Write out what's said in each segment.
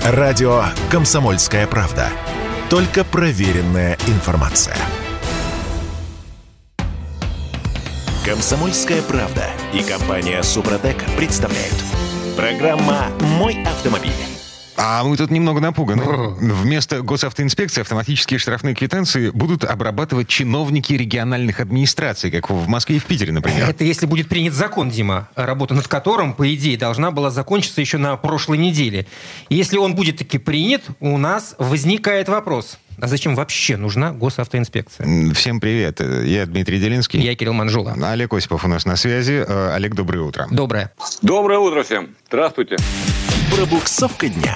Радио «Комсомольская правда». Только проверенная информация. «Комсомольская правда» и компания «Супротек» представляют. Программа «Мой автомобиль». А мы тут немного напуганы. Вместо госавтоинспекции автоматические штрафные квитанции будут обрабатывать чиновники региональных администраций, как в Москве и в Питере, например. Это если будет принят закон, Дима, работа над которым, по идее, должна была закончиться еще на прошлой неделе. И если он будет таки принят, у нас возникает вопрос. А зачем вообще нужна госавтоинспекция? Всем привет. Я Дмитрий Делинский. Я Кирилл Манжула. Олег Осипов у нас на связи. Олег, доброе утро. Доброе. Доброе утро всем. Здравствуйте. Пробуксовка дня.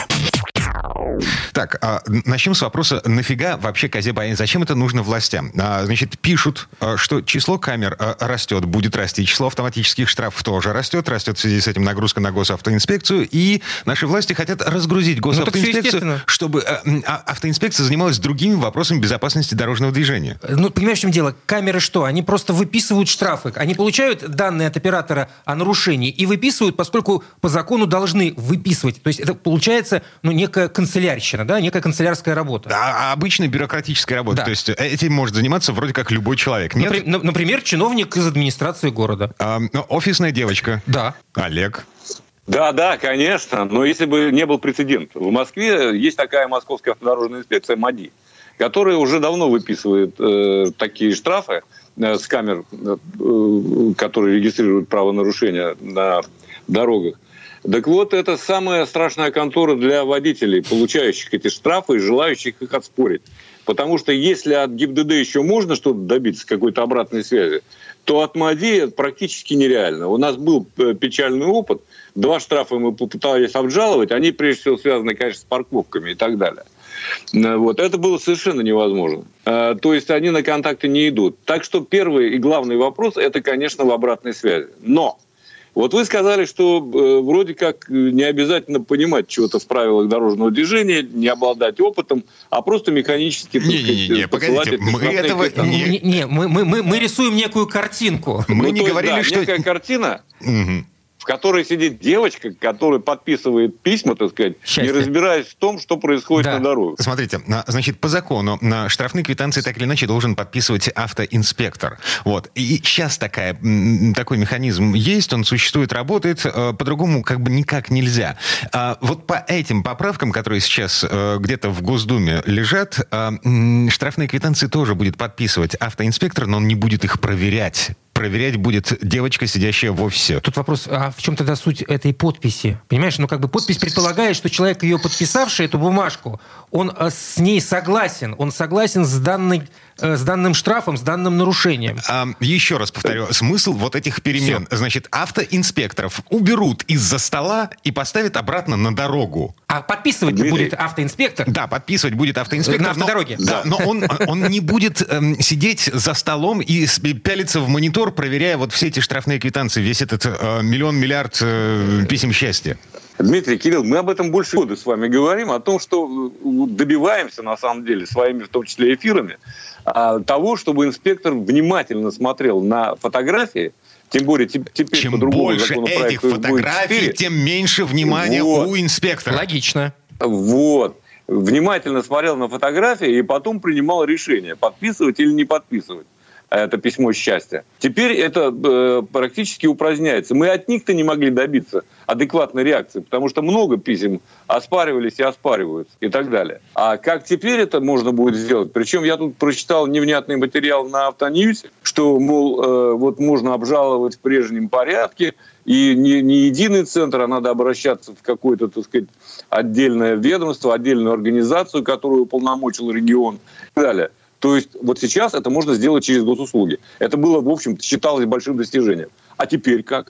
Так, начнем с вопроса, нафига вообще козе боязнь? Зачем это нужно властям? Значит, пишут, что число камер растет, будет расти, число автоматических штрафов тоже растет в связи с этим нагрузка на госавтоинспекцию, и наши власти хотят разгрузить госавтоинспекцию, чтобы автоинспекция занималась другими вопросами безопасности дорожного движения. Ну, понимаешь, в чем дело? Камеры что? Они просто выписывают штрафы. Они получают данные от оператора о нарушении и выписывают, поскольку по закону должны выписывать. То есть это получается, некая канцелярщина, да, некая канцелярская работа. Да, обычная бюрократическая работа. Да. То есть этим может заниматься вроде как любой человек. Нет? Например, чиновник из администрации города. Офисная девочка. Да. Олег. Да, конечно. Но если бы не был прецедент. В Москве есть такая Московская автодорожная инспекция МАДИ, которая уже давно выписывает такие штрафы с камер, которые регистрируют правонарушения на дорогах. Так вот, это самая страшная контора для водителей, получающих эти штрафы и желающих их оспорить. Потому что если от ГИБДД еще можно что-то добиться, какой-то обратной связи, то от МАДИ это практически нереально. У нас был печальный опыт. 2 штрафа мы попытались обжаловать. Они, прежде всего, связаны, конечно, с парковками и так далее. Вот. Это было совершенно невозможно. То есть они на контакты не идут. Так что первый и главный вопрос – это, конечно, в обратной связи. Но вот вы сказали, что вроде как не обязательно понимать чего-то в правилах дорожного движения, не обладать опытом, а просто механически... Не, погодите, мы рисуем некую картинку. Мы не говорили, что... Некая картина... в которой сидит девочка, которая подписывает письма, так сказать, не разбираясь в том, что происходит на дороге. Смотрите, значит, по закону штрафные квитанции так или иначе должен подписывать автоинспектор. Вот. И сейчас такой механизм есть, он существует, работает, по-другому как бы никак нельзя. Вот по этим поправкам, которые сейчас где-то в Госдуме лежат, штрафные квитанции тоже будет подписывать автоинспектор, но он не будет их проверять. Проверять будет девочка, сидящая в офисе. Тут вопрос, а в чем тогда суть этой подписи? Понимаешь, подпись предполагает, что человек, ее подписавший, эту бумажку, он с ней согласен. Он согласен с данным штрафом, с данным нарушением. Еще раз повторю, смысл вот этих перемен. Все. Значит, автоинспекторов уберут из-за стола и поставят обратно на дорогу. А подписывать будет автоинспектор? Да, подписывать будет автоинспектор. На автодороге. Но он не будет сидеть за столом и пялиться в монитор, проверяя вот все эти штрафные квитанции, весь этот миллиард писем счастья. Дмитрий, Кирилл, мы об этом больше года с вами говорим, о том, что добиваемся, на самом деле, своими, в том числе, эфирами, того, чтобы инспектор внимательно смотрел на фотографии, тем более теперь чем по-другому больше этих фотографий, тем меньше внимания у инспектора. Логично. Вот. Внимательно смотрел на фотографии и потом принимал решение, подписывать или не подписывать это письмо счастья. Теперь это практически упраздняется. Мы от них-то не могли добиться адекватной реакции, потому что много писем оспаривались и оспариваются и так далее. А как теперь это можно будет сделать? Причем я тут прочитал невнятный материал на Автоньюзе, что, мол, вот можно обжаловать в прежнем порядке, и не единый центр, а надо обращаться в какое-то, так сказать, отдельное ведомство, отдельную организацию, которую уполномочил регион и так далее. То есть вот сейчас это можно сделать через госуслуги. Это было, в общем, считалось большим достижением. А теперь как?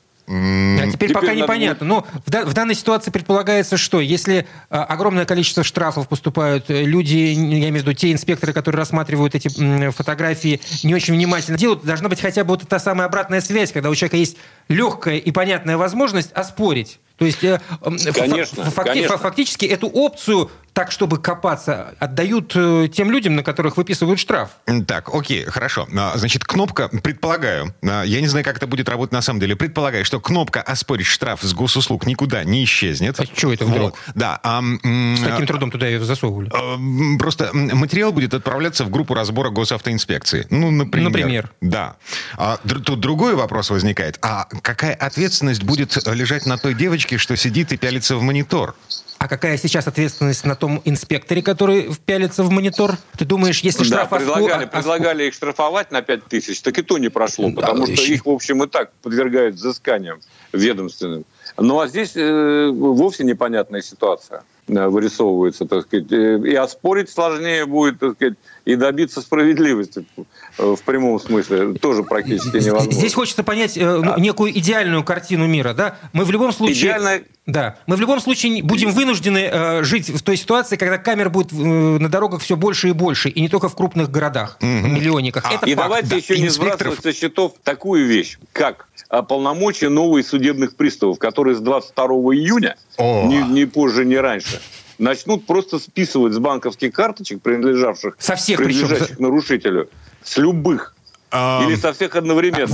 А теперь пока непонятно. Но в данной ситуации предполагается, что если огромное количество штрафов поступают, люди, я имею в виду те инспекторы, которые рассматривают эти фотографии, не очень внимательно делают, должна быть хотя бы вот та самая обратная связь, когда у человека есть легкая и понятная возможность оспорить. То есть конечно. фактически эту опцию так, чтобы копаться, отдают тем людям, на которых выписывают штраф. Так, окей, хорошо. Значит, кнопка, предполагаю, я не знаю, как это будет работать на самом деле, предполагаю, что кнопка «Оспорить штраф с госуслуг» никуда не исчезнет. А что это вдруг? Вот. Да. С таким трудом туда ее засовывали. Просто материал будет отправляться в группу разбора госавтоинспекции. Ну, например. Да. Тут другой вопрос возникает. А какая ответственность будет лежать на той девочке, что сидит и пялится в монитор? А какая сейчас ответственность на том инспекторе, который пялится в монитор? Ты думаешь, если штраф... Предлагали их штрафовать на 5 тысяч, так и то не прошло, потому что их, в общем, и так подвергают взысканиям ведомственным. Ну, а здесь вовсе непонятная ситуация вырисовывается, так сказать. И оспорить сложнее будет, так сказать, и добиться справедливости в прямом смысле тоже практически невозможно. Здесь хочется понять некую идеальную картину мира, да? Мы в любом случае... Да. Мы в любом случае будем вынуждены жить в той ситуации, когда камер будет на дорогах все больше и больше, и не только в крупных городах, миллионниках. Это и факт. давайте еще не сбрасывать со счетов такую вещь, как полномочия новых судебных приставов, которые с 22 июня, ни позже, ни раньше, начнут просто списывать с банковских карточек, принадлежавших нарушителю, с любых. Или со всех одновременно.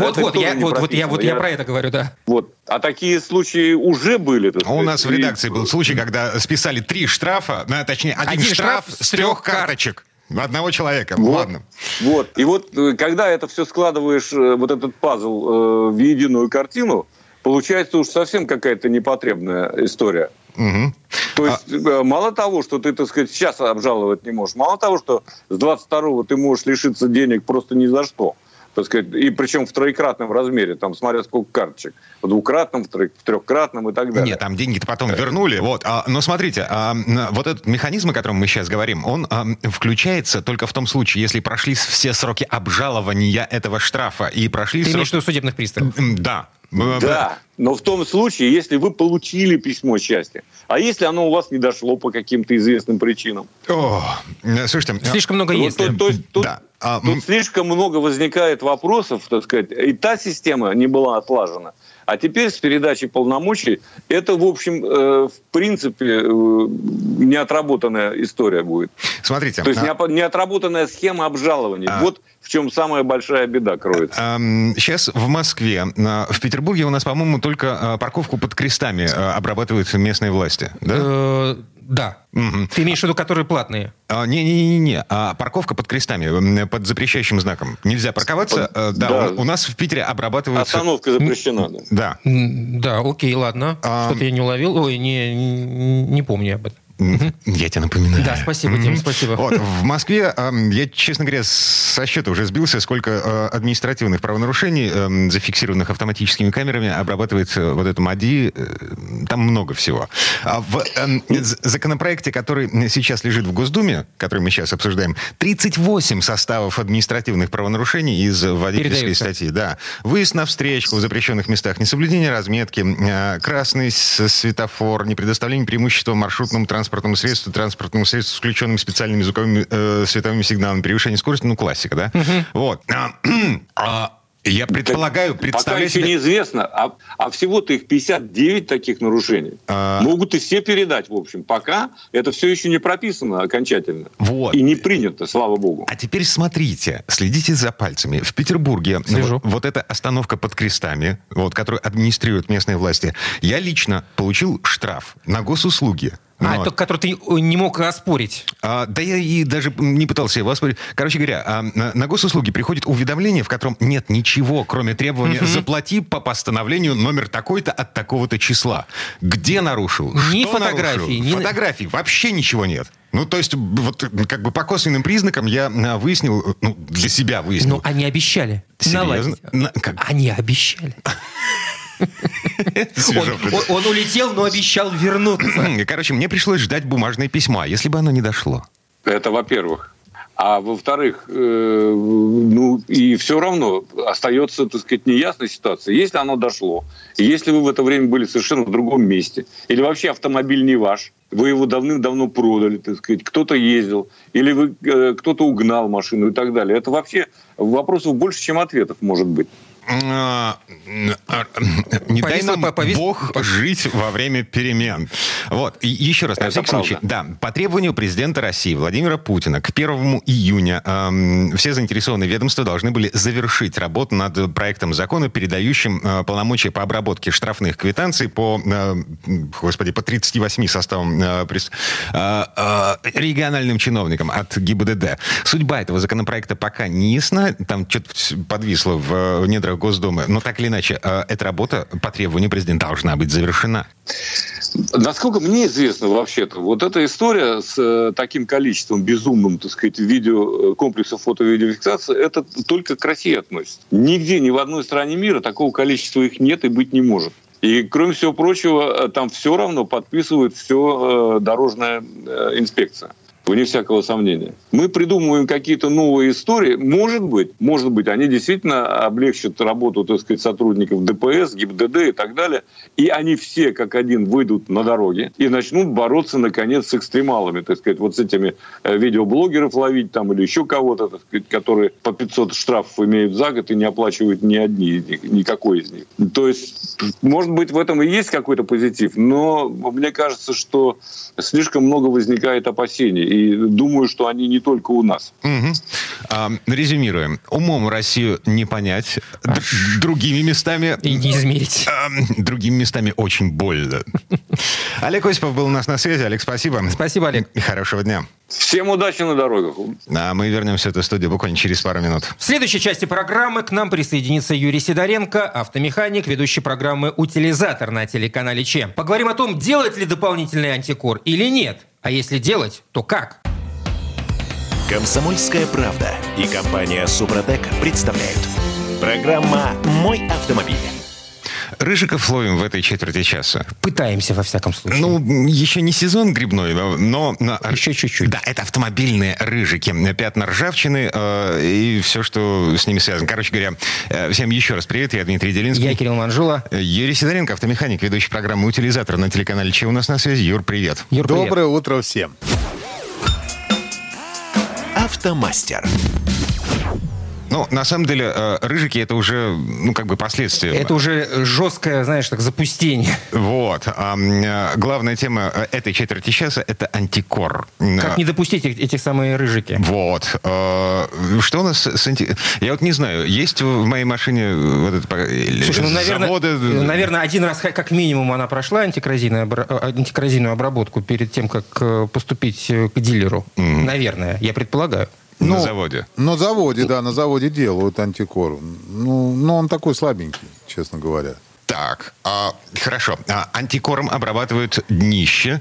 Я про это говорю, да. Вот. А такие случаи уже были. У нас в редакции был случай, когда списали 3 штрафа, точнее, один штраф с 3 карточек. Одного человека. Вот. Ладно. Вот. И вот когда это все складываешь, вот этот пазл в единую картину, получается уж совсем какая-то непотребная история. Угу. То есть мало того, что ты, так сказать, сейчас обжаловать не можешь, мало того, что с 22-го ты можешь лишиться денег просто ни за что, так сказать, и причем в троекратном размере, там, смотря сколько карточек, в двукратном, в трехкратном и так далее. Нет, там деньги-то потом вернули. Вот. Но смотрите, вот этот механизм, о котором мы сейчас говорим, он включается только в том случае, если прошли все сроки обжалования этого штрафа и прошли... Ты имеешь в виду судебных приставов? Да. Да, но в том случае, если вы получили письмо счастья, а если оно у вас не дошло по каким-то известным причинам? Слушайте... Слишком много есть. Тут слишком много возникает вопросов, так сказать, и та система не была отлажена. А теперь с передачей полномочий это, в общем, в принципе, неотработанная история будет. Смотрите. То есть неотработанная схема обжалования. Вот в чем самая большая беда кроется. Сейчас в Москве, в Петербурге у нас, по-моему, только парковку под крестами обрабатывают местные власти. Да? Да. Угу. Ты имеешь в виду, которые платные? Не. Парковка под крестами, под запрещающим знаком. Нельзя парковаться. Да. У нас в Питере обрабатывается... Остановка запрещена. Да. Да, окей, ладно. Что-то я не уловил. Ой, не помню об этом. Я тебе напоминаю. Да, спасибо, Дим, спасибо. Вот, в Москве, я, честно говоря, со счета уже сбился, сколько административных правонарушений, зафиксированных автоматическими камерами, обрабатывает вот эту МАДИ. Там много всего. В законопроекте, который сейчас лежит в Госдуме, который мы сейчас обсуждаем, 38 составов административных правонарушений из водительской статьи. Да. Выезд на встречку в запрещенных местах, несоблюдение разметки, красный светофор, непредоставление преимущества маршрутному транспортному средству с включенными специальными звуковыми световыми сигналами, превышение скорости, классика, да? Вот. Я предполагаю, представляю себе... Пока еще неизвестно, а всего-то их 59 таких нарушений. Могут и все передать, в общем. Пока это все еще не прописано окончательно. Вот. И не принято, слава богу. А теперь смотрите, следите за пальцами. В Петербурге вот эта остановка под крестами, вот, которую администрируют местные власти, я лично получил штраф на госуслуги. Это который ты не мог оспорить. Да я и даже не пытался его оспорить. Короче говоря, на госуслуги приходит уведомление, в котором нет ничего, кроме требования «заплати по постановлению номер такой-то от такого-то числа». Где нарушил? Ни что фотографий. Нарушил? Фотографий вообще ничего нет. То есть, вот как бы по косвенным признакам я выяснил, для себя выяснил. Но они обещали. Серьезно? Они обещали. Он улетел, но обещал вернуться. Короче, мне пришлось ждать бумажное письмо, если бы оно не дошло. Это во-первых. А во-вторых, и все равно остается, так сказать, неясная ситуация. Если оно дошло, если вы в это время были совершенно в другом месте, или вообще автомобиль не ваш, вы его давным-давно продали, так сказать, кто-то ездил, или кто-то угнал машину и так далее. Это вообще вопросов больше, чем ответов может быть. Не дай нам Бог жить во время перемен. Вот. И еще раз, на всякий случай. Да, по требованию президента России Владимира Путина к 1 июня все заинтересованные ведомства должны были завершить работу над проектом закона, передающим полномочия по обработке штрафных квитанций по 38 составам региональным чиновникам от ГИБДД. Судьба этого законопроекта пока не ясна. Там что-то подвисло в недрах Госдумы. Но так или иначе, эта работа по требованию президента должна быть завершена. Насколько мне известно вообще-то, вот эта история с таким количеством безумным, так сказать, комплексов фото-видеофиксации, это только к России относится. Нигде, ни в одной стране мира такого количества их нет и быть не может. И, кроме всего прочего, там все равно подписывает все дорожная инспекция. Вне всякого сомнения. Мы придумываем какие-то новые истории. Может быть, они действительно облегчат работу, так сказать, сотрудников ДПС, ГИБДД и так далее. И они все как один выйдут на дороги и начнут бороться, наконец, с экстремалами, так сказать, вот с этими видеоблогеров ловить там или еще кого-то, так сказать, которые по 500 штрафов имеют за год и не оплачивают никакой из них. То есть, может быть, в этом и есть какой-то позитив, но мне кажется, что слишком много возникает опасений. И думаю, что они не только у нас. Резюмируем. Умом Россию не понять. Другими местами... И не измерить. Другими местами очень больно. Олег Осипов был у нас на связи. Олег, спасибо. Спасибо, Олег. Хорошего дня. Всем удачи на дорогах. А мы вернемся в эту студию буквально через пару минут. В следующей части программы к нам присоединится Юрий Сидоренко, автомеханик, ведущий программы «Утилизатор» на телеканале ЧЕ. Поговорим о том, делать ли дополнительный антикор или нет. А если делать, то как? «Комсомольская правда» и компания «Супротек» представляют. Программа «Мой автомобиль». Рыжиков ловим в этой четверти часа. Пытаемся, во всяком случае. Ну, еще не сезон грибной, но... Еще чуть-чуть. Да, это автомобильные рыжики. Пятна ржавчины и все, что с ними связано. Короче говоря, всем еще раз привет. Я Дмитрий Делинский. Я Кирилл Манжула. Юрий Сидоренко, автомеханик, ведущий программы «Утилизатор» на телеканале ЧЕ у нас на связи. Юр, привет. Юр, привет. Доброе утро всем. «Автомастер». Ну, на самом деле, рыжики — это уже, как бы последствия. Это уже жесткое, знаешь, так, запустение. Вот. Главная тема этой четверти часа — это антикор. Как не допустить эти самые рыжики? Вот. Что у нас с Я вот не знаю, есть в моей машине вот это... Слушай, наверное, один раз как минимум она прошла антикоррозийную обработку перед тем, как поступить к дилеру. Наверное, я предполагаю. На заводе. На заводе делают антикор. Но он такой слабенький, честно говоря. Так, хорошо. Антикором обрабатывают днище.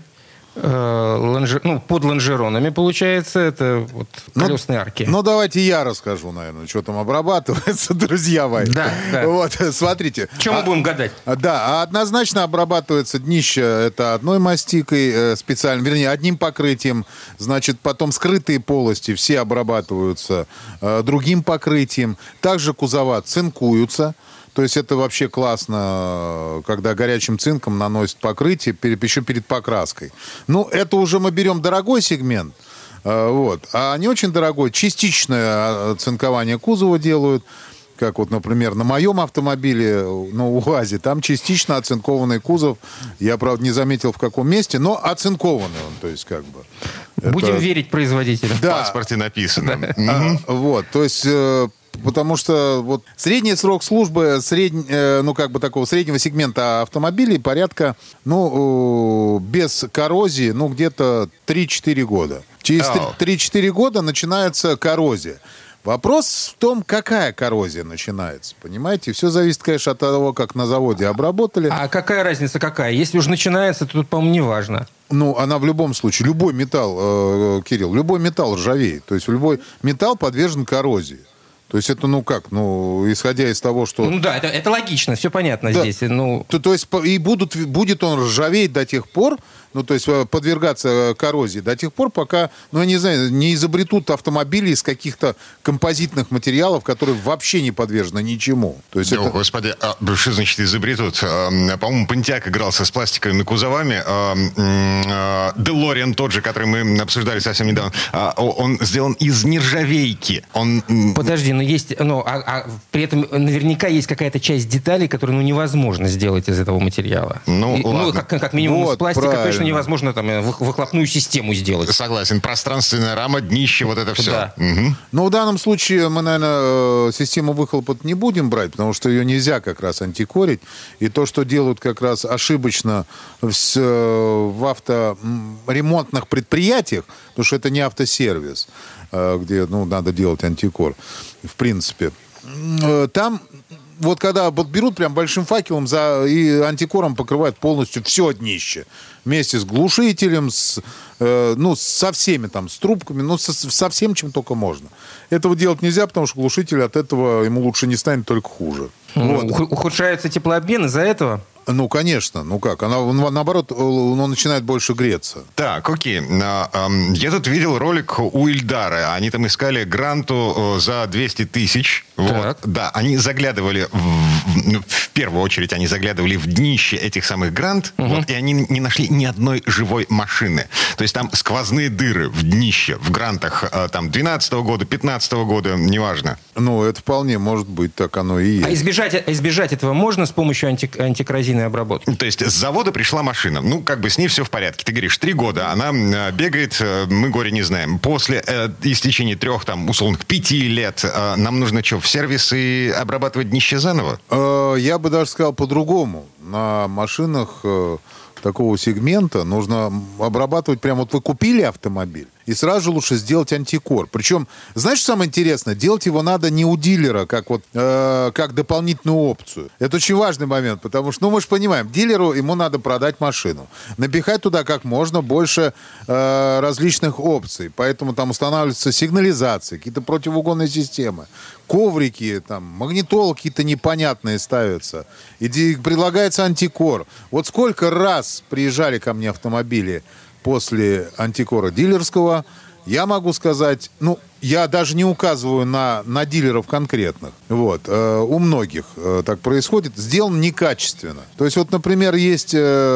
Под лонжеронами, получается, это вот колесные арки. Давайте я расскажу, наверное, что там обрабатывается, друзья мои. Да. Вот, смотрите. Чем мы будем гадать? Да, однозначно обрабатывается днище, это одной мастикой специально, вернее, одним покрытием. Значит, потом скрытые полости все обрабатываются другим покрытием. Также кузова цинкуются. То есть это вообще классно, когда горячим цинком наносят покрытие еще перед покраской. Это уже мы берем дорогой сегмент, а не очень дорогой. Частичное цинкование кузова делают, как вот, например, на моем автомобиле, на УАЗе, там частично оцинкованный кузов. Я, правда, не заметил, в каком месте, но оцинкованный он, то есть как бы. Будем верить производителю. В паспорте написано. То есть... Потому что средний срок службы такого среднего сегмента автомобилей порядка, без коррозии, где-то 3-4 года. Через 3-4 года начинается коррозия. Вопрос в том, какая коррозия начинается. Понимаете? Все зависит, конечно, от того, как на заводе обработали. А какая разница какая? Если уже начинается, то тут, по-моему, не важно. Она в любом случае, любой металл, Кирилл, любой металл ржавеет. То есть любой металл подвержен коррозии. То есть это, исходя из того, что... это логично, все понятно здесь. То есть и будет он ржаветь до тех пор, ну, то есть подвергаться коррозии до тех пор, пока, ну, я не знаю, не изобретут автомобили из каких-то композитных материалов, которые вообще не подвержены ничему. То есть это... Господи, что значит изобретут? По-моему, Понтиак игрался с пластиковыми кузовами. Делориан тот же, который мы обсуждали совсем недавно, он сделан из нержавейки. Подожди, но есть, при этом наверняка есть какая-то часть деталей, которую невозможно сделать из этого материала. Как минимум вот, из пластика правильно. точно невозможно там выхлопную систему сделать. Согласен. Пространственная рама, днище, вот это все. Да. Угу. Но в данном случае мы, наверное, систему выхлопа не будем брать, потому что ее нельзя как раз антикорить. И то, что делают как раз ошибочно в авторемонтных предприятиях, потому что это не автосервис, где надо делать антикор, в принципе. Там вот когда берут прям большим факелом и антикором покрывают полностью все днище. Вместе с глушителем, со всеми там, с трубками, со всем, чем только можно. Этого делать нельзя, потому что глушитель от этого ему лучше не станет, только хуже. Ухудшается теплообмен из-за этого? Ну, конечно. Ну как? Наоборот, он начинает больше греться. Так, окей. Я тут видел ролик у Ильдара. Они там искали гранту за 200 тысяч. Вот. Да, они заглядывали, в первую очередь, они заглядывали в днище этих самых грант, вот, и они не нашли ни одной живой машины. То есть там сквозные дыры в днище, в грантах там 12-го года, 15-го года, неважно. Ну, это вполне может быть, так оно и есть. А избежать этого можно с помощью антикоррозийной обработки? То есть с завода пришла машина. Ну, как бы с ней все в порядке. Ты говоришь, 3 года она бегает, мы горе не знаем. После истечения 3, там, условных 5 лет нам нужно что, в сервис и обрабатывать днище заново? Я бы даже сказал по-другому. На машинах такого сегмента нужно обрабатывать прямо... Вот вы купили автомобиль, и сразу же лучше сделать антикор. Причем, знаешь, что самое интересное? Делать его надо не у дилера, как дополнительную опцию. Это очень важный момент, потому что, мы же понимаем, дилеру ему надо продать машину. Напихать туда как можно больше различных опций. Поэтому там устанавливаются сигнализации, какие-то противоугонные системы, коврики, там, магнитолы какие-то непонятные ставятся. И предлагается антикор. Вот сколько раз приезжали ко мне автомобили после антикора дилерского, я могу сказать, я даже не указываю на дилеров конкретных. Вот. У многих так происходит. Сделано некачественно. То есть, например, есть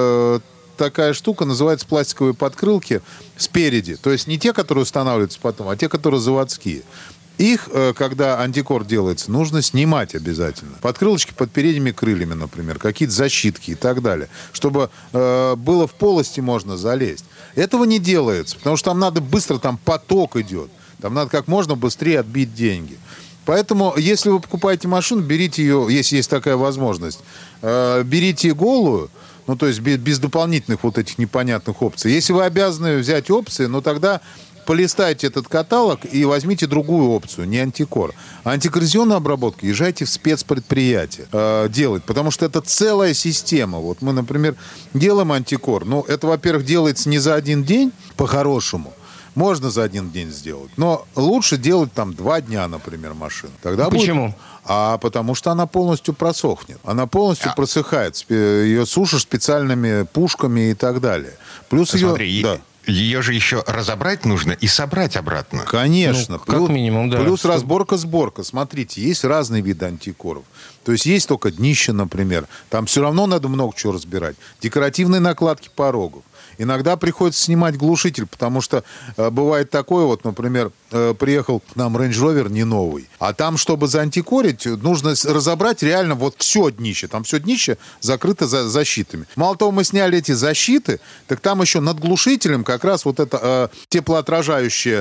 такая штука, называется пластиковые подкрылки спереди. То есть не те, которые устанавливаются потом, а те, которые заводские. Их, когда антикор делается, нужно снимать обязательно. Подкрылочки под передними крыльями, например, какие-то защитки и так далее. Чтобы было в полости можно залезть. Этого не делается, потому что там надо быстро, там поток идет. Там надо как можно быстрее отбить деньги. Поэтому, если вы покупаете машину, берите ее, если есть такая возможность, берите голую, то есть без дополнительных этих непонятных опций. Если вы обязаны взять опции, тогда полистайте этот каталог и возьмите другую опцию, не антикор. А антикоррозионную обработку езжайте в спецпредприятие делать, потому что это целая система. Вот мы, например, делаем антикор. Это, во-первых, делается не за один день, по-хорошему. Можно за один день сделать, но лучше делать 2 дня, например, машину. Тогда Почему? Потому что она полностью просохнет. Она полностью просыхает. Ее сушишь специальными пушками и так далее. Плюс Смотри, ее же еще разобрать нужно и собрать обратно. Конечно. Как минимум, да. Плюс разборка-сборка. Смотрите, есть разные виды антикоров. То есть есть только днище, например. Там все равно надо много чего разбирать. Декоративные накладки порогов. Иногда приходится снимать глушитель, потому что бывает такое, например, приехал к нам Range Rover не новый, а там, чтобы заантикорить, нужно разобрать реально все днище. Там все днище закрыто защитами. Мало того, мы сняли эти защиты, так там еще над глушителем как раз эта теплоотражающая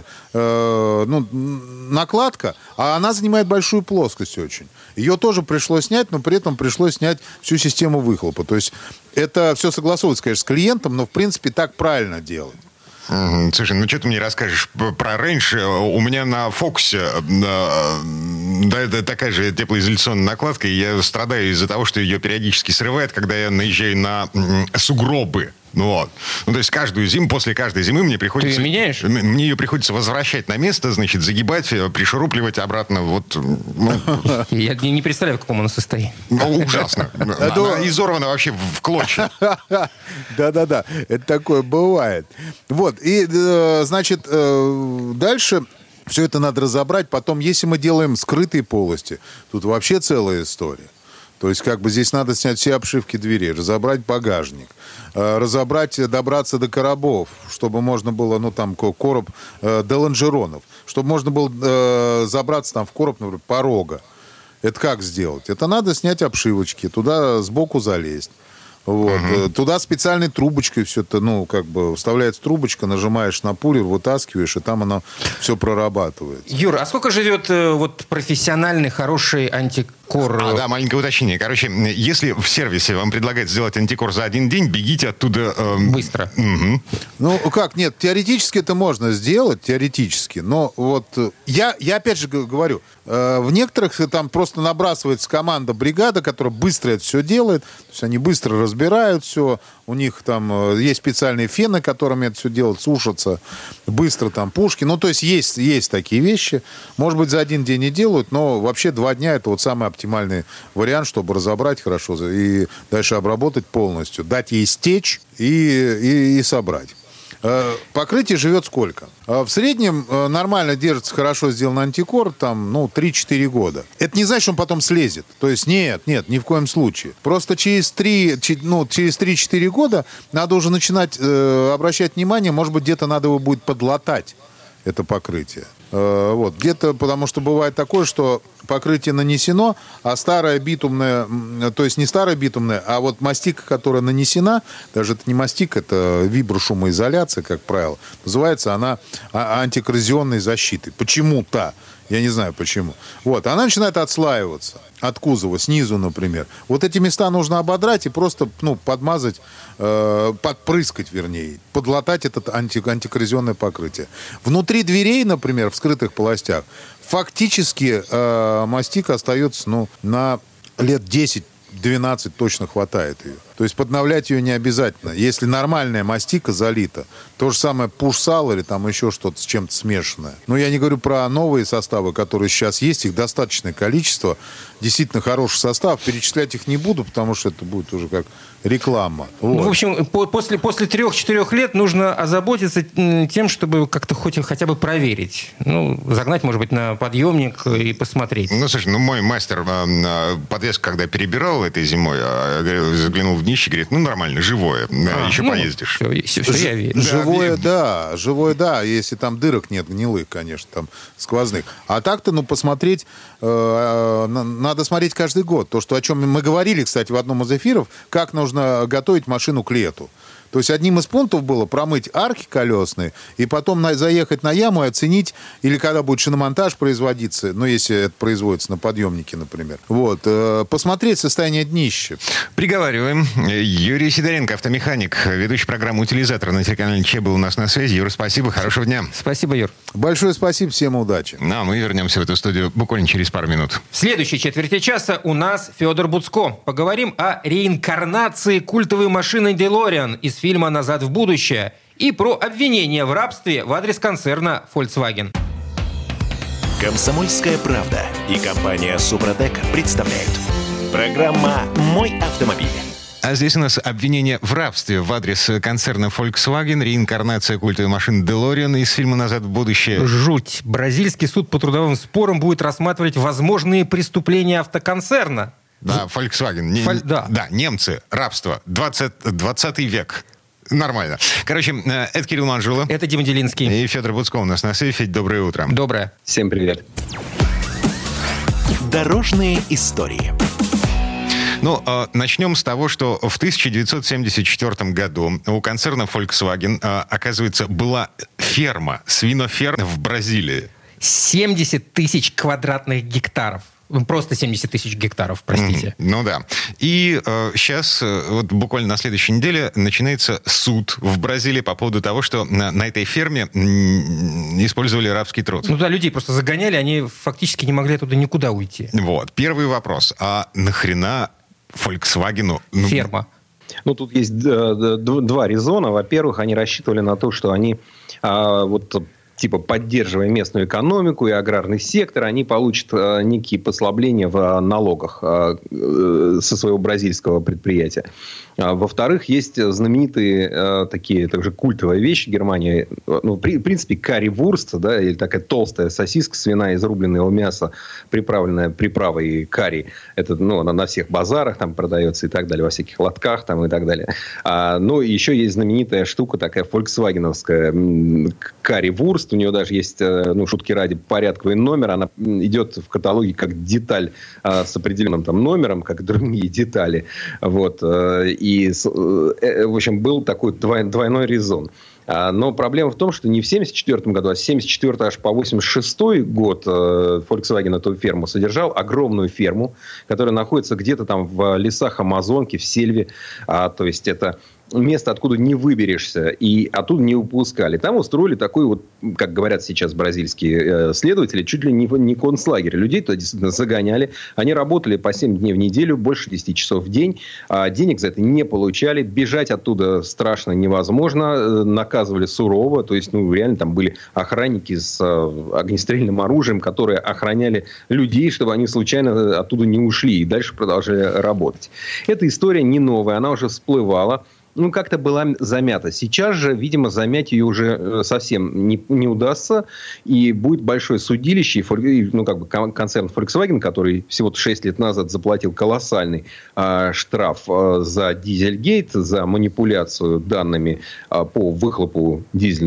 накладка, а она занимает большую плоскость очень. Ее тоже пришлось снять, но при этом пришлось снять всю систему выхлопа. То есть это все согласовывается, конечно, с клиентом, но в принципе так правильно делать. Слушай, что ты мне расскажешь про Range? У меня на Фокусе Да, это такая же теплоизоляционная накладка, и я страдаю из-за того, что ее периодически срывает, когда я наезжаю на сугробы. Вот. Ну, то есть каждую зиму, после каждой зимы мне приходится... Ты ее меняешь? Мне ее приходится возвращать на место, значит, загибать, пришурупливать обратно. Вот, Я не представляю, в каком оно состоит. Ужасно. Она изорвана вообще в клочья. Да-да-да, это такое бывает. Вот, и, значит, дальше... Все это надо разобрать. Потом, если мы делаем скрытые полости, тут вообще целая история. То есть, как бы здесь надо снять все обшивки дверей, разобрать багажник, добраться до коробов, чтобы можно было, короб до лонжеронов, чтобы можно было забраться там в короб, например, порога. Это как сделать? Это надо снять обшивочки, туда сбоку залезть. Вот. Туда специальной трубочкой все это, вставляется трубочка, нажимаешь на пулер, вытаскиваешь, и там оно все прорабатывается. Юра, а сколько живет профессиональный, хороший антикор? Да, маленькое уточнение. Короче, если в сервисе вам предлагают сделать антикор за один день, бегите оттуда... Быстро. Нет, теоретически это можно сделать, теоретически, но вот я опять же говорю, в некоторых там просто набрасывается команда, бригада, которая быстро это все делает, то есть они быстро разбирают все, у них там есть специальные фены, которыми это все делают, сушатся, быстро там пушки, то есть есть такие вещи, может быть, за один день не делают, но вообще 2 дня это вот самый оптимальный вариант, чтобы разобрать хорошо и дальше обработать полностью, дать ей стечь и собрать. Покрытие живет сколько? В среднем нормально держится хорошо сделанный антикор, 3-4 года. Это не значит, что он потом слезет. То есть нет, ни в коем случае. Просто через 3-4 года надо уже начинать обращать внимание, может быть, где-то надо его будет подлатать, это покрытие. Вот. Где-то, потому что бывает такое, что покрытие нанесено, а старая битумная, то есть не старая битумная, а вот мастика, которая нанесена, даже это не мастика, это виброшумоизоляция, как правило, называется она антикоррозионной защитой. Почему-то. Я не знаю почему. Вот. Она начинает отслаиваться от кузова, снизу, например. Вот эти места нужно ободрать и просто подмазать, подпрыскать, вернее, подлатать это антикоррозионное покрытие. Внутри дверей, например, в скрытых полостях, фактически мастика остается на лет 10-12 точно хватает ее. То есть подновлять ее не обязательно. Если нормальная мастика залита, то же самое пуш-сал или там еще что-то с чем-то смешанное. Но я не говорю про новые составы, которые сейчас есть, их достаточное количество. Действительно хороший состав. Перечислять их не буду, потому что это будет уже как реклама. Вот. В общем, после 3-4 лет нужно озаботиться тем, чтобы как-то хотя бы проверить. Загнать, может быть, на подъемник и посмотреть. Слушай, мой мастер подвеску, когда перебирал этой зимой, заглянул в днище, говорит, нормально, живое, еще поездишь. Все, я верю. Живое, да, если там дырок нет гнилых, конечно, там сквозных. А так-то, посмотреть, надо смотреть каждый год. То, о чем мы говорили, кстати, в одном из эфиров, как нужно готовить машину к лету. То есть одним из пунктов было промыть арки колесные и потом заехать на яму и оценить, или когда будет шиномонтаж производиться, если это производится на подъемнике, например. Вот. Посмотреть состояние днища. Приговариваем. Юрий Сидоренко, автомеханик, ведущий программы «Утилизатор» на телеканале ЧЕ был у нас на связи. Юр, спасибо, хорошего дня. Спасибо, Юр. Большое спасибо, всем удачи. А мы вернемся в эту студию буквально через пару минут. В следующей четверти часа у нас Федор Буцко. Поговорим о реинкарнации культовой машины DeLorean из фильма «Назад в будущее» и про обвинение в рабстве в адрес концерна Volkswagen. Комсомольская правда и компания «Супротек» представляют. Программа «Мой автомобиль». А здесь у нас обвинение в рабстве в адрес концерна Volkswagen, реинкарнация культовой машины DeLorean из фильма «Назад в будущее». Жуть. Бразильский суд по трудовым спорам будет рассматривать возможные преступления автоконцерна. Да, Volkswagen. Да, немцы, рабство, 20 век. Нормально. Короче, это Кирилл Манжула. Это Дима Делинский. И Федор Буцко у нас на связи. Федь, доброе утро. Доброе. Всем привет. Дорожные истории. Начнем с того, что в 1974 году у концерна Volkswagen, оказывается, была ферма, свиноферма в Бразилии. 70 тысяч квадратных гектаров. Просто 70 тысяч гектаров, простите. Ну да. И сейчас, вот буквально на следующей неделе, начинается суд в Бразилии по поводу того, что на этой ферме использовали рабский труд. Ну да, людей просто загоняли, они фактически не могли оттуда никуда уйти. Вот. Первый вопрос. А нахрена Volkswagen... Ферма. Ну, тут есть два резона. Во-первых, они рассчитывали на то, что они типа поддерживая местную экономику и аграрный сектор, они получат некие послабления в налогах со своего бразильского предприятия. Во-вторых, есть знаменитые такие также культовые вещи Германии. Ну, в принципе, карри-вурст, да, или такая толстая сосиска свиная из рубленого мяса, приправленная приправой карри. Это, она на всех базарах там продается и так далее, во всяких лотках там и так далее. Ну, и еще есть знаменитая штука такая фольксвагеновская карри-вурст. У нее даже есть, шутки ради, порядковый номер. Она идет в каталоге как деталь с определенным там номером, как другие детали. Вот. И, в общем, был такой двойной резон. Но проблема в том, что не в 1974 году, а с 1974 аж по 1986 год Volkswagen эту ферму содержал. Огромную ферму, которая находится где-то там в лесах Амазонки, в сельве. То есть это место, откуда не выберешься, и оттуда не упускали. Там устроили такой вот, как говорят сейчас бразильские следователи, чуть ли не концлагерь. Людей туда действительно загоняли. Они работали по 7 дней в неделю, больше 10 часов в день. Денег за это не получали. Бежать оттуда страшно невозможно. Наказывали сурово. То есть, реально там были охранники с огнестрельным оружием, которые охраняли людей, чтобы они случайно оттуда не ушли и дальше продолжали работать. Эта история не новая. Она уже всплывала. Как-то была замята. Сейчас же, видимо, замять ее уже совсем не удастся. И будет большое судилище. Концерн Volkswagen, который всего-то 6 лет назад заплатил колоссальный штраф за Дизельгейт, за манипуляцию данными по выхлопу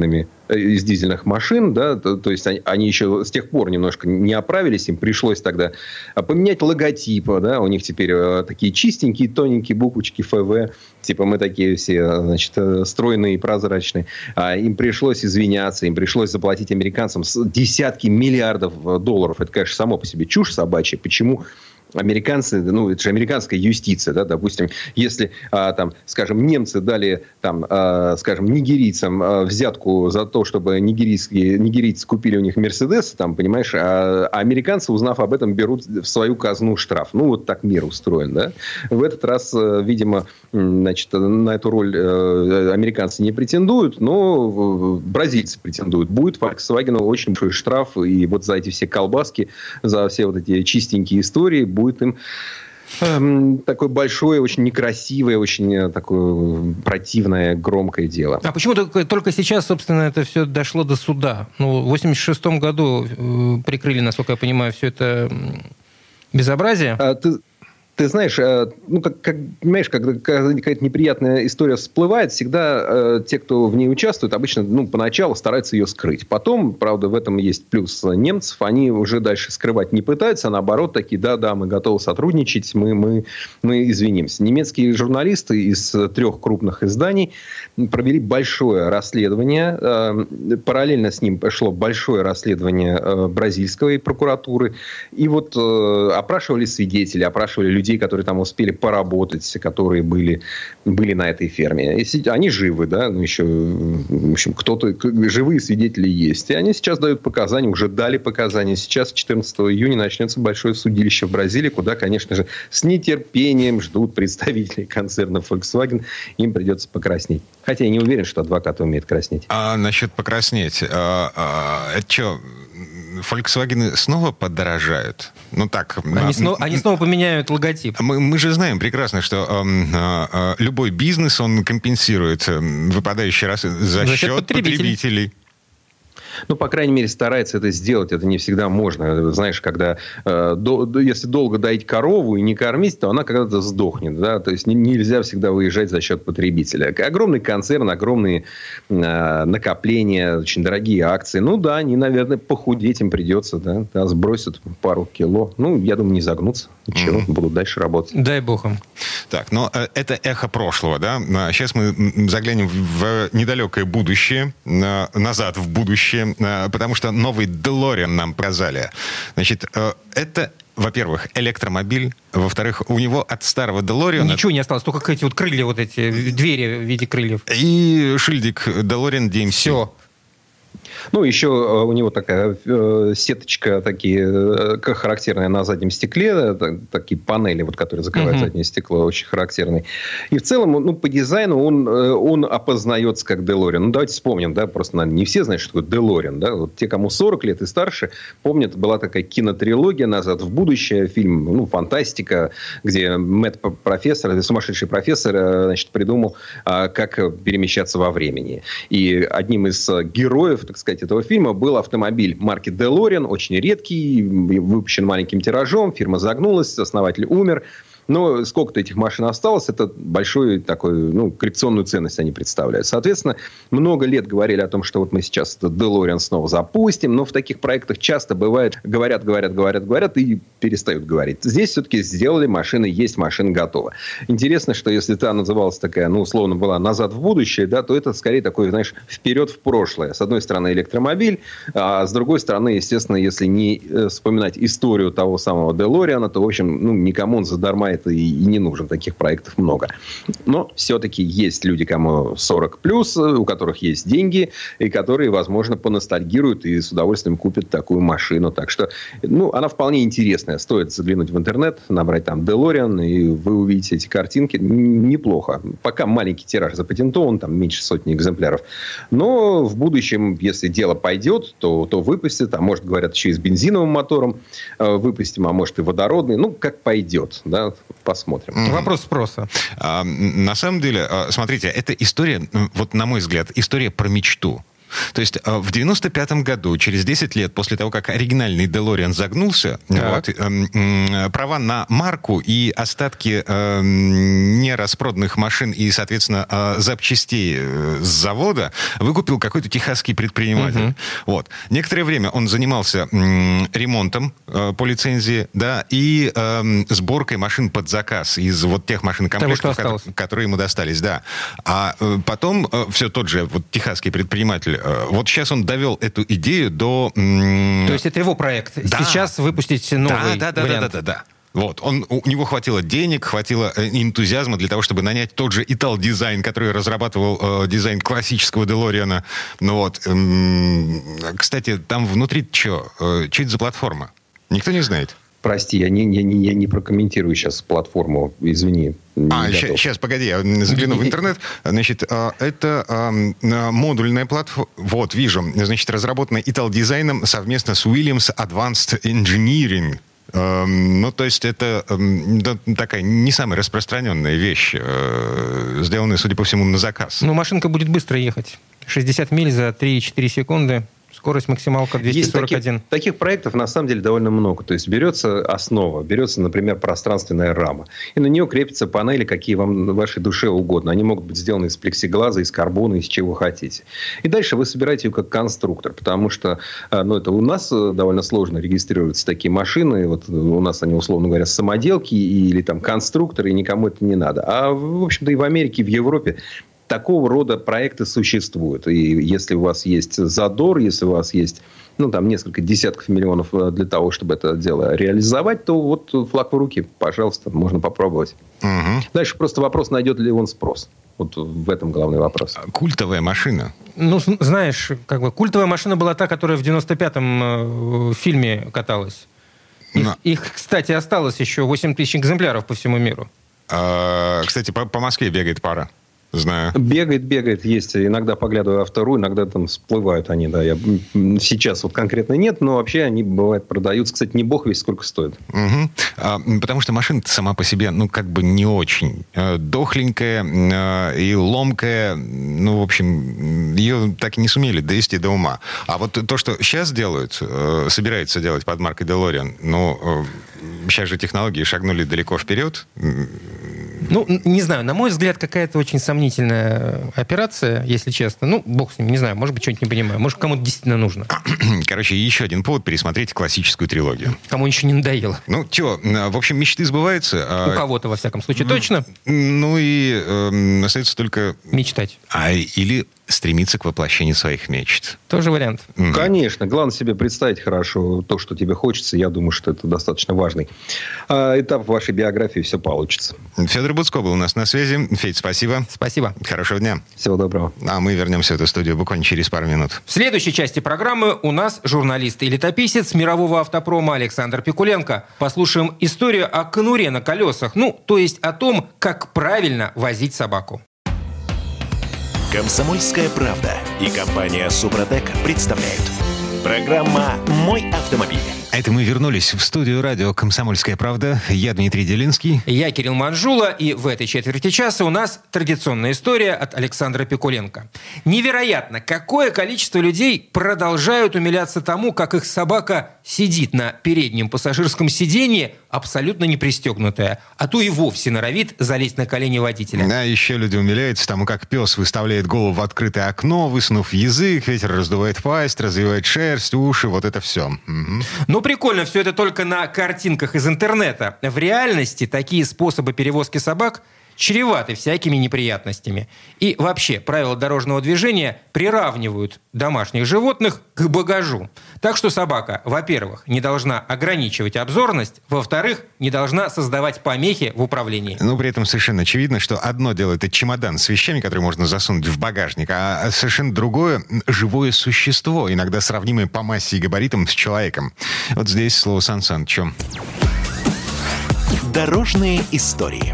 из дизельных машин, да, то есть они еще с тех пор немножко не оправились, им пришлось тогда поменять логотипы, да, у них теперь такие чистенькие, тоненькие буквочки ФВ, типа мы такие все, значит, стройные и прозрачные. Им пришлось извиняться, им пришлось заплатить американцам десятки миллиардов долларов. Это, конечно, само по себе чушь собачья. Почему американцы, это же американская юстиция, да, допустим, если, скажем, немцы дали, нигерийцам взятку за то, чтобы нигерийцы купили у них Мерседесы, понимаешь, а американцы, узнав об этом, берут в свою казну штраф. Вот так мир устроен, да. В этот раз, видимо, значит, на эту роль американцы не претендуют, но бразильцы претендуют. Будет Volkswagen очень большой штраф, и вот за эти все колбаски, за все вот эти чистенькие истории будет им такое большое, очень некрасивое, очень такое противное, громкое дело. А почему только сейчас, собственно, это все дошло до суда? В 1986 году прикрыли, насколько я понимаю, все это безобразие. Ты знаешь, понимаешь, когда какая-то неприятная история всплывает, всегда те, кто в ней участвует, обычно, поначалу стараются ее скрыть. Потом, правда, в этом есть плюс немцев, они уже дальше скрывать не пытаются, а наоборот, такие, да, мы готовы сотрудничать, мы извинимся. Немецкие журналисты из 3 крупных изданий провели большое расследование. Параллельно с ним шло большое расследование бразильской прокуратуры. И вот опрашивали свидетелей, опрашивали людей, которые там успели поработать, которые были на этой ферме. И они живы, да, еще, в общем, живые свидетели есть. И они сейчас дают показания, уже дали показания. Сейчас, 14 июня, начнется большое судилище в Бразилии, куда, конечно же, с нетерпением ждут представители концерна Volkswagen. Им придется покраснеть. Хотя я не уверен, что адвокаты умеют краснеть. А насчет покраснеть, это что, Volkswagen снова подорожают? Они снова поменяют логотип. Мы же знаем прекрасно, что любой бизнес, он компенсирует выпадающий за счет потребителей. По крайней мере, старается это сделать. Это не всегда можно. Знаешь, когда если долго доить корову и не кормить, то она когда-то сдохнет. Да? То есть нельзя всегда выезжать за счет потребителя. Огромный концерн, огромные накопления, очень дорогие акции. Они, наверное, похудеть им придется. Да? Сбросят пару кило. Я думаю, не загнутся. Ничего, будут дальше работать. Дай бог им. Так, но это эхо прошлого, да? Сейчас мы заглянем в недалекое будущее, назад в будущее. новости, потому что новый DeLorean нам продали. Значит, это, во-первых, электромобиль. Во-вторых, у него от старого DeLorean... Ничего не осталось, только эти вот крылья, вот эти двери в виде крыльев. И шильдик DeLorean DMC. Все. Ну, еще у него такая сеточка, такие, характерная на заднем стекле, такие панели, вот, которые закрывают заднее стекло, очень характерные. И в целом, ну, по дизайну он опознается как DeLorean. Ну, давайте вспомним, да, просто, наверное, не все знают, что такое DeLorean, да. Вот те, кому 40 лет и старше, помнят, была такая кинотрилогия «Назад в будущее», фильм, ну, фантастика, где профессор, сумасшедший профессор, значит, придумал, как перемещаться во времени. И одним из героев, так сказать, этого фильма был автомобиль марки DeLorean, очень редкий, выпущен маленьким тиражом, фирма загнулась, основатель умер. Но сколько-то этих машин осталось, это большую такую, ну, коллекционную ценность они представляют. Соответственно, много лет говорили о том, что вот мы сейчас этот DeLorean снова запустим, но в таких проектах часто бывает, говорят и перестают говорить. Здесь все-таки сделали машины, есть машина готова. Интересно, что если та называлась такая, ну, условно была «Назад в будущее», да, то это скорее такой, знаешь, вперед в прошлое. С одной стороны, электромобиль, а с другой стороны, естественно, если не вспоминать историю того самого DeLorean, то, в общем, ну, никому он задарма это и не нужен. Таких проектов много. Но все-таки есть люди, кому 40+, у которых есть деньги, и которые, возможно, поностальгируют и с удовольствием купят такую машину. Так что, ну, она вполне интересная. Стоит заглянуть в интернет, набрать там DeLorean, и вы увидите эти картинки. Неплохо. Пока маленький тираж запатентован, там меньше сотни экземпляров. Но в будущем, если дело пойдет, то выпустят. А может, говорят, еще и с бензиновым мотором выпустим, а может и водородный. Ну, как пойдет, да. Посмотрим. Вопрос спроса. На самом деле, смотрите, эта история, вот на мой взгляд, история про мечту. То есть в 95-м году, через 10 лет после того, как оригинальный DeLorean загнулся, вот, права на марку и остатки нераспроданных машин и, соответственно, запчастей с завода выкупил какой-то техасский предприниматель. Вот. Некоторое время он занимался ремонтом по лицензии, да, и сборкой машин под заказ из вот тех машин-комплектов, которые ему достались. Да. А потом все тот же вот техасский предприниматель, вот сейчас он довел эту идею до... То есть это его проект. Да. Сейчас выпустить новый вариант. Да. Вот. У него хватило денег, хватило энтузиазма для того, чтобы нанять тот же Ital-дизайн, который разрабатывал дизайн классического DeLorean. Ну вот. Кстати, там внутри что это за платформа? Никто не знает. Прости, я не прокомментирую сейчас платформу, извини. Сейчас, погоди, я загляну в интернет. Значит, это модульная платформа. Вот, вижу. Значит, разработана Ital-дизайном совместно с Williams Advanced Engineering. Ну, то есть, это такая не самая распространенная вещь, сделанная, судя по всему, на заказ. Ну, машинка будет быстро ехать. 60 миль за 3,4 секунды. Скорость максималка 241. Есть таких проектов, на самом деле, довольно много. То есть, берется основа, берется, например, пространственная рама. И на нее крепятся панели, какие вам вашей душе угодно. Они могут быть сделаны из плексиглаза, из карбона, из чего хотите. И дальше вы собираете ее как конструктор. Потому что это у нас довольно сложно регистрируются такие машины. Вот у нас они, условно говоря, самоделки или там конструкторы, и никому это не надо. А, в общем-то, и в Америке, и в Европе такого рода проекты существуют. И если у вас есть задор, если у вас есть несколько десятков миллионов для того, чтобы это дело реализовать, то вот флаг в руки, пожалуйста, можно попробовать. Угу. Дальше просто вопрос, найдет ли он спрос. Вот в этом главный вопрос. Культовая машина. Ну, знаешь, культовая машина была та, которая в 95-м фильме каталась. Их, кстати, осталось еще 8 тысяч экземпляров по всему миру. Кстати, по Москве бегает пара. Знаю. Бегает, есть. Иногда поглядываю автору, иногда там всплывают они, да. Сейчас вот конкретно нет, но вообще они, бывает, продаются. Кстати, не бог весь сколько стоит. Угу. Потому что машина-то сама по себе, не очень. Дохленькая и ломкая. В общем, ее так и не сумели довести до ума. А вот то, что сейчас делают, собирается делать под маркой DeLorean, сейчас же технологии шагнули далеко вперед. Не знаю, на мой взгляд, какая-то очень сомнительная операция, если честно. Бог с ним, не знаю, может быть, что-нибудь не понимаю. Может, кому-то действительно нужно. Короче, еще один повод пересмотреть классическую трилогию. Кому еще не надоело. В общем, мечты сбываются. У кого-то, во всяком случае, точно. И остается только... Мечтать. Или стремиться к воплощению своих мечт. Тоже вариант. Конечно. Главное себе представить хорошо то, что тебе хочется. Я думаю, что это достаточно важный этап в вашей биографии. Все получится. Федор Буцко был у нас на связи. Федь, спасибо. Спасибо. Хорошего дня. Всего доброго. А мы вернемся в эту студию буквально через пару минут. В следующей части программы у нас журналист и летописец мирового автопрома Александр Пикуленко. Послушаем историю о конуре на колесах. То есть о том, как правильно возить собаку. «Комсомольская правда» и компания «Супротек» представляют. Программа «Мой автомобиль». Это мы вернулись в студию радио «Комсомольская правда». Я Дмитрий Делинский. Я Кирилл Манжула. И в этой четверти часа у нас традиционная история от Александра Пикуленко. Невероятно, какое количество людей продолжают умиляться тому, как их собака сидит на переднем пассажирском сиденье, абсолютно не пристегнутая, а то и вовсе норовит залезть на колени водителя. А еще люди умиляются тому, как пес выставляет голову в открытое окно, высунув язык, ветер раздувает пасть, развивает шерсть, уши, вот это все. Ну, прикольно, все это только на картинках из интернета. В реальности такие способы перевозки собак чреваты всякими неприятностями. И вообще, правила дорожного движения приравнивают домашних животных к багажу. Так что собака, во-первых, не должна ограничивать обзорность, во-вторых, не должна создавать помехи в управлении. Но при этом совершенно очевидно, что одно дело — это чемодан с вещами, которые можно засунуть в багажник, а совершенно другое — живое существо, иногда сравнимое по массе и габаритам с человеком. Вот здесь слово Сан Санычу. Дорожные истории.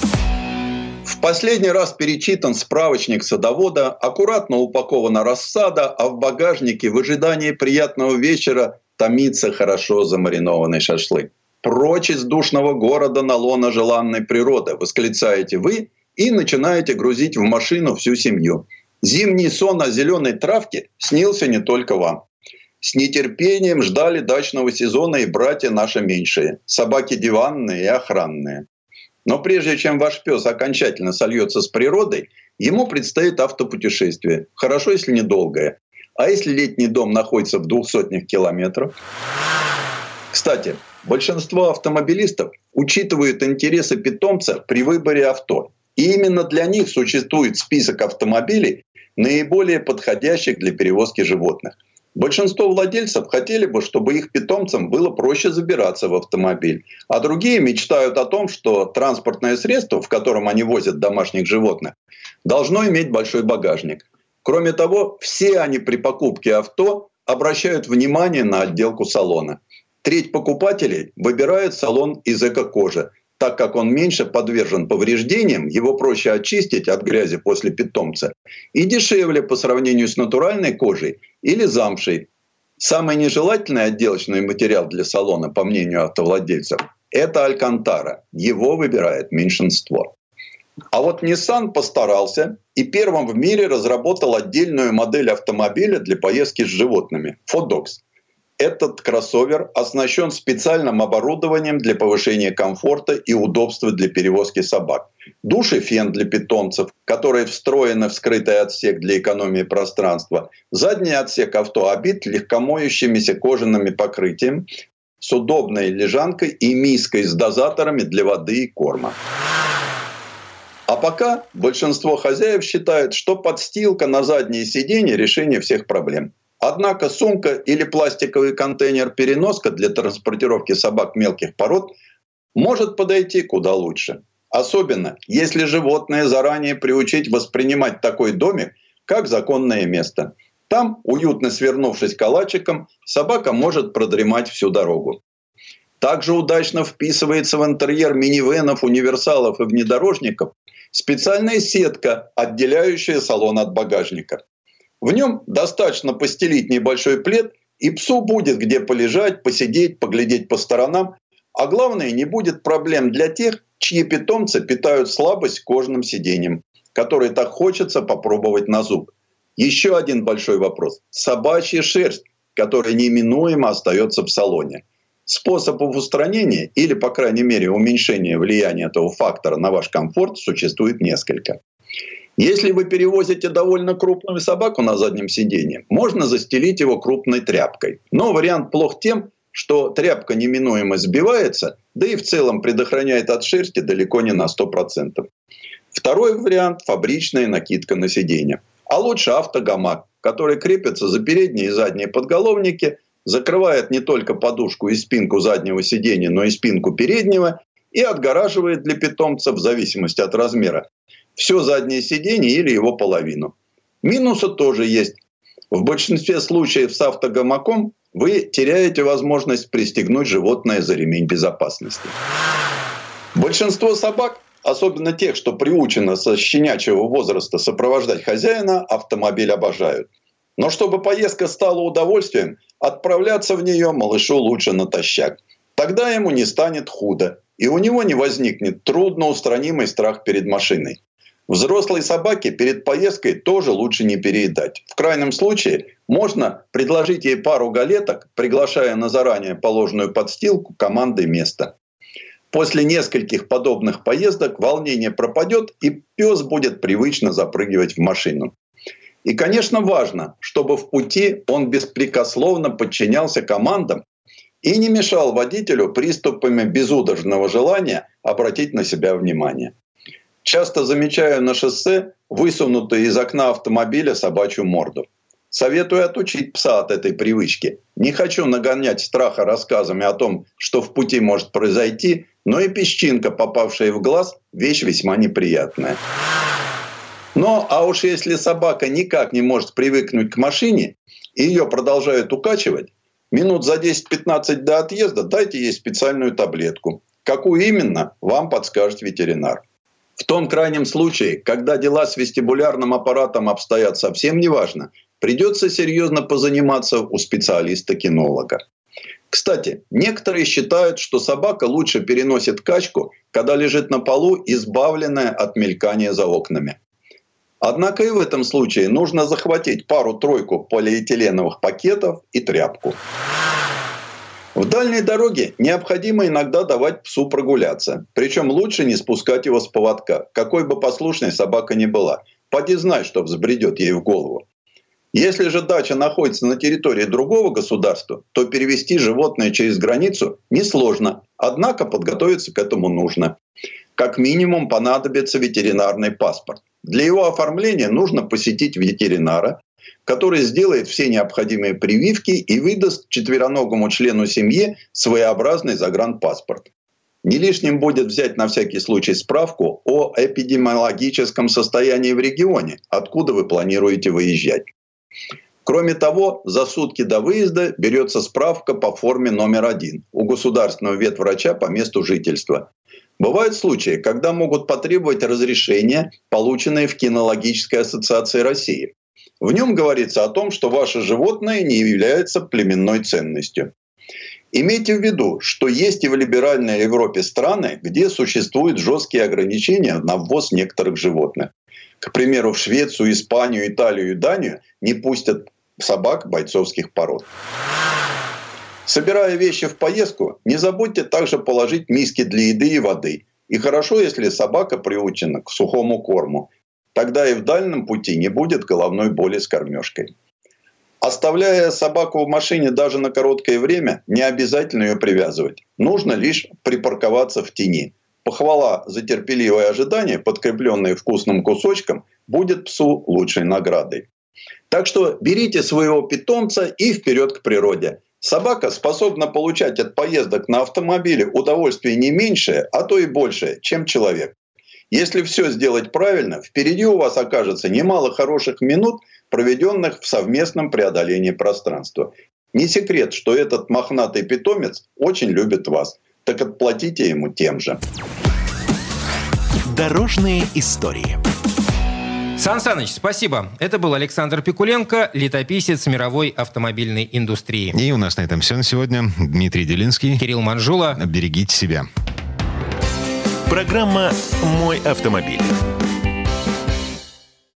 В последний раз перечитан справочник садовода, аккуратно упакована рассада, а в багажнике в ожидании приятного вечера томится хорошо замаринованный шашлык. «Прочь из душного города на лоно желанной природы», восклицаете вы и начинаете грузить в машину всю семью. Зимний сон о зеленой травке снился не только вам. С нетерпением ждали дачного сезона и братья наши меньшие, собаки диванные и охранные. Но прежде чем ваш пес окончательно сольется с природой, ему предстоит автопутешествие. Хорошо, если недолгое. А если летний дом находится в 200 километров? Кстати, большинство автомобилистов учитывают интересы питомца при выборе авто. И именно для них существует список автомобилей, наиболее подходящих для перевозки животных. Большинство владельцев хотели бы, чтобы их питомцам было проще забираться в автомобиль, а другие мечтают о том, что транспортное средство, в котором они возят домашних животных, должно иметь большой багажник. Кроме того, все они при покупке авто обращают внимание на отделку салона. Треть покупателей выбирает салон из эко-кожи, так как он меньше подвержен повреждениям, его проще очистить от грязи после питомца и дешевле по сравнению с натуральной кожей или замшей. Самый нежелательный отделочный материал для салона, по мнению автовладельцев, это алькантара. Его выбирает меньшинство. А вот Nissan постарался и первым в мире разработал отдельную модель автомобиля для поездки с животными – FODOX. Этот кроссовер оснащен специальным оборудованием для повышения комфорта и удобства для перевозки собак. Душ и фен для питомцев, которые встроены в скрытый отсек для экономии пространства. Задний отсек авто обит легкомоющимися кожаными покрытием с удобной лежанкой и миской с дозаторами для воды и корма. А пока большинство хозяев считает, что подстилка на заднее сиденье – решение всех проблем. Однако сумка или пластиковый контейнер-переноска для транспортировки собак мелких пород может подойти куда лучше. Особенно, если животное заранее приучить воспринимать такой домик, как законное место. Там, уютно свернувшись калачиком, собака может продремать всю дорогу. Также удачно вписывается в интерьер минивенов, универсалов и внедорожников специальная сетка, отделяющая салон от багажника. В нем достаточно постелить небольшой плед, и псу будет где полежать, посидеть, поглядеть по сторонам. А главное, не будет проблем для тех, чьи питомцы питают слабость к кожаным сиденьям, которые так хочется попробовать на зуб. Еще один большой вопрос. Собачья шерсть, которая неминуемо остается в салоне. Способов устранения или, по крайней мере, уменьшения влияния этого фактора на ваш комфорт существует несколько. Если вы перевозите довольно крупную собаку на заднем сиденье, можно застелить его крупной тряпкой. Но вариант плох тем, что тряпка неминуемо сбивается, да и в целом предохраняет от шерсти далеко не на 100%. Второй вариант – фабричная накидка на сиденье. А лучше автогамак, который крепится за передние и задние подголовники, закрывает не только подушку и спинку заднего сиденья, но и спинку переднего и отгораживает для питомца, в зависимости от размера, все заднее сиденье или его половину. Минусы тоже есть. В большинстве случаев с автогамаком вы теряете возможность пристегнуть животное за ремень безопасности. Большинство собак, особенно тех, что приучено со щенячьего возраста сопровождать хозяина, автомобиль обожают. Но чтобы поездка стала удовольствием, отправляться в нее малышу лучше натощак. Тогда ему не станет худо, и у него не возникнет трудноустранимый страх перед машиной. Взрослой собаке перед поездкой тоже лучше не переедать. В крайнем случае можно предложить ей пару галеток, приглашая на заранее положенную подстилку командой место. После нескольких подобных поездок волнение пропадет, и пес будет привычно запрыгивать в машину. И, конечно, важно, чтобы в пути он беспрекословно подчинялся командам и не мешал водителю приступами безудержного желания обратить на себя внимание. Часто замечаю на шоссе высунутую из окна автомобиля собачью морду. Советую отучить пса от этой привычки. Не хочу нагонять страха рассказами о том, что в пути может произойти, но и песчинка, попавшая в глаз, вещь весьма неприятная. А уж если собака никак не может привыкнуть к машине, и ее продолжают укачивать, минут за 10-15 до отъезда дайте ей специальную таблетку. Какую именно, вам подскажет ветеринар. В том крайнем случае, когда дела с вестибулярным аппаратом обстоят совсем неважно, придется серьезно позаниматься у специалиста-кинолога. Кстати, некоторые считают, что собака лучше переносит качку, когда лежит на полу, избавленная от мелькания за окнами. Однако и в этом случае нужно захватить пару-тройку полиэтиленовых пакетов и тряпку. В дальней дороге необходимо иногда давать псу прогуляться. Причем лучше не спускать его с поводка, какой бы послушной собака ни была. Поди знай, что взбредет ей в голову. Если же дача находится на территории другого государства, то перевести животное через границу несложно, однако подготовиться к этому нужно. Как минимум понадобится ветеринарный паспорт. Для его оформления нужно посетить ветеринара, который сделает все необходимые прививки и выдаст четвероногому члену семьи своеобразный загранпаспорт. Не лишним будет взять на всякий случай справку о эпидемиологическом состоянии в регионе, откуда вы планируете выезжать. Кроме того, за сутки до выезда берется справка по форме номер 1 у государственного ветврача по месту жительства. Бывают случаи, когда могут потребовать разрешения, полученные в Кинологической ассоциации России. В нем говорится о том, что ваше животное не является племенной ценностью. Имейте в виду, что есть и в либеральной Европе страны, где существуют жесткие ограничения на ввоз некоторых животных. К примеру, в Швецию, Испанию, Италию и Данию не пустят собак бойцовских пород. Собирая вещи в поездку, не забудьте также положить миски для еды и воды. И хорошо, если собака приучена к сухому корму. Тогда и в дальнем пути не будет головной боли с кормежкой. Оставляя собаку в машине даже на короткое время, не обязательно ее привязывать. Нужно лишь припарковаться в тени. Похвала за терпеливое ожидание, подкрепленное вкусным кусочком, будет псу лучшей наградой. Так что берите своего питомца и вперед к природе. Собака способна получать от поездок на автомобиле удовольствие не меньшее, а то и большее, чем человек. Если все сделать правильно, впереди у вас окажется немало хороших минут, проведенных в совместном преодолении пространства. Не секрет, что этот мохнатый питомец очень любит вас. Так отплатите ему тем же. Дорожные истории. Сан Саныч, спасибо. Это был Александр Пикуленко, летописец мировой автомобильной индустрии. И у нас на этом все на сегодня. Дмитрий Делинский. Кирилл Манжула. Берегите себя. Программа «Мой автомобиль».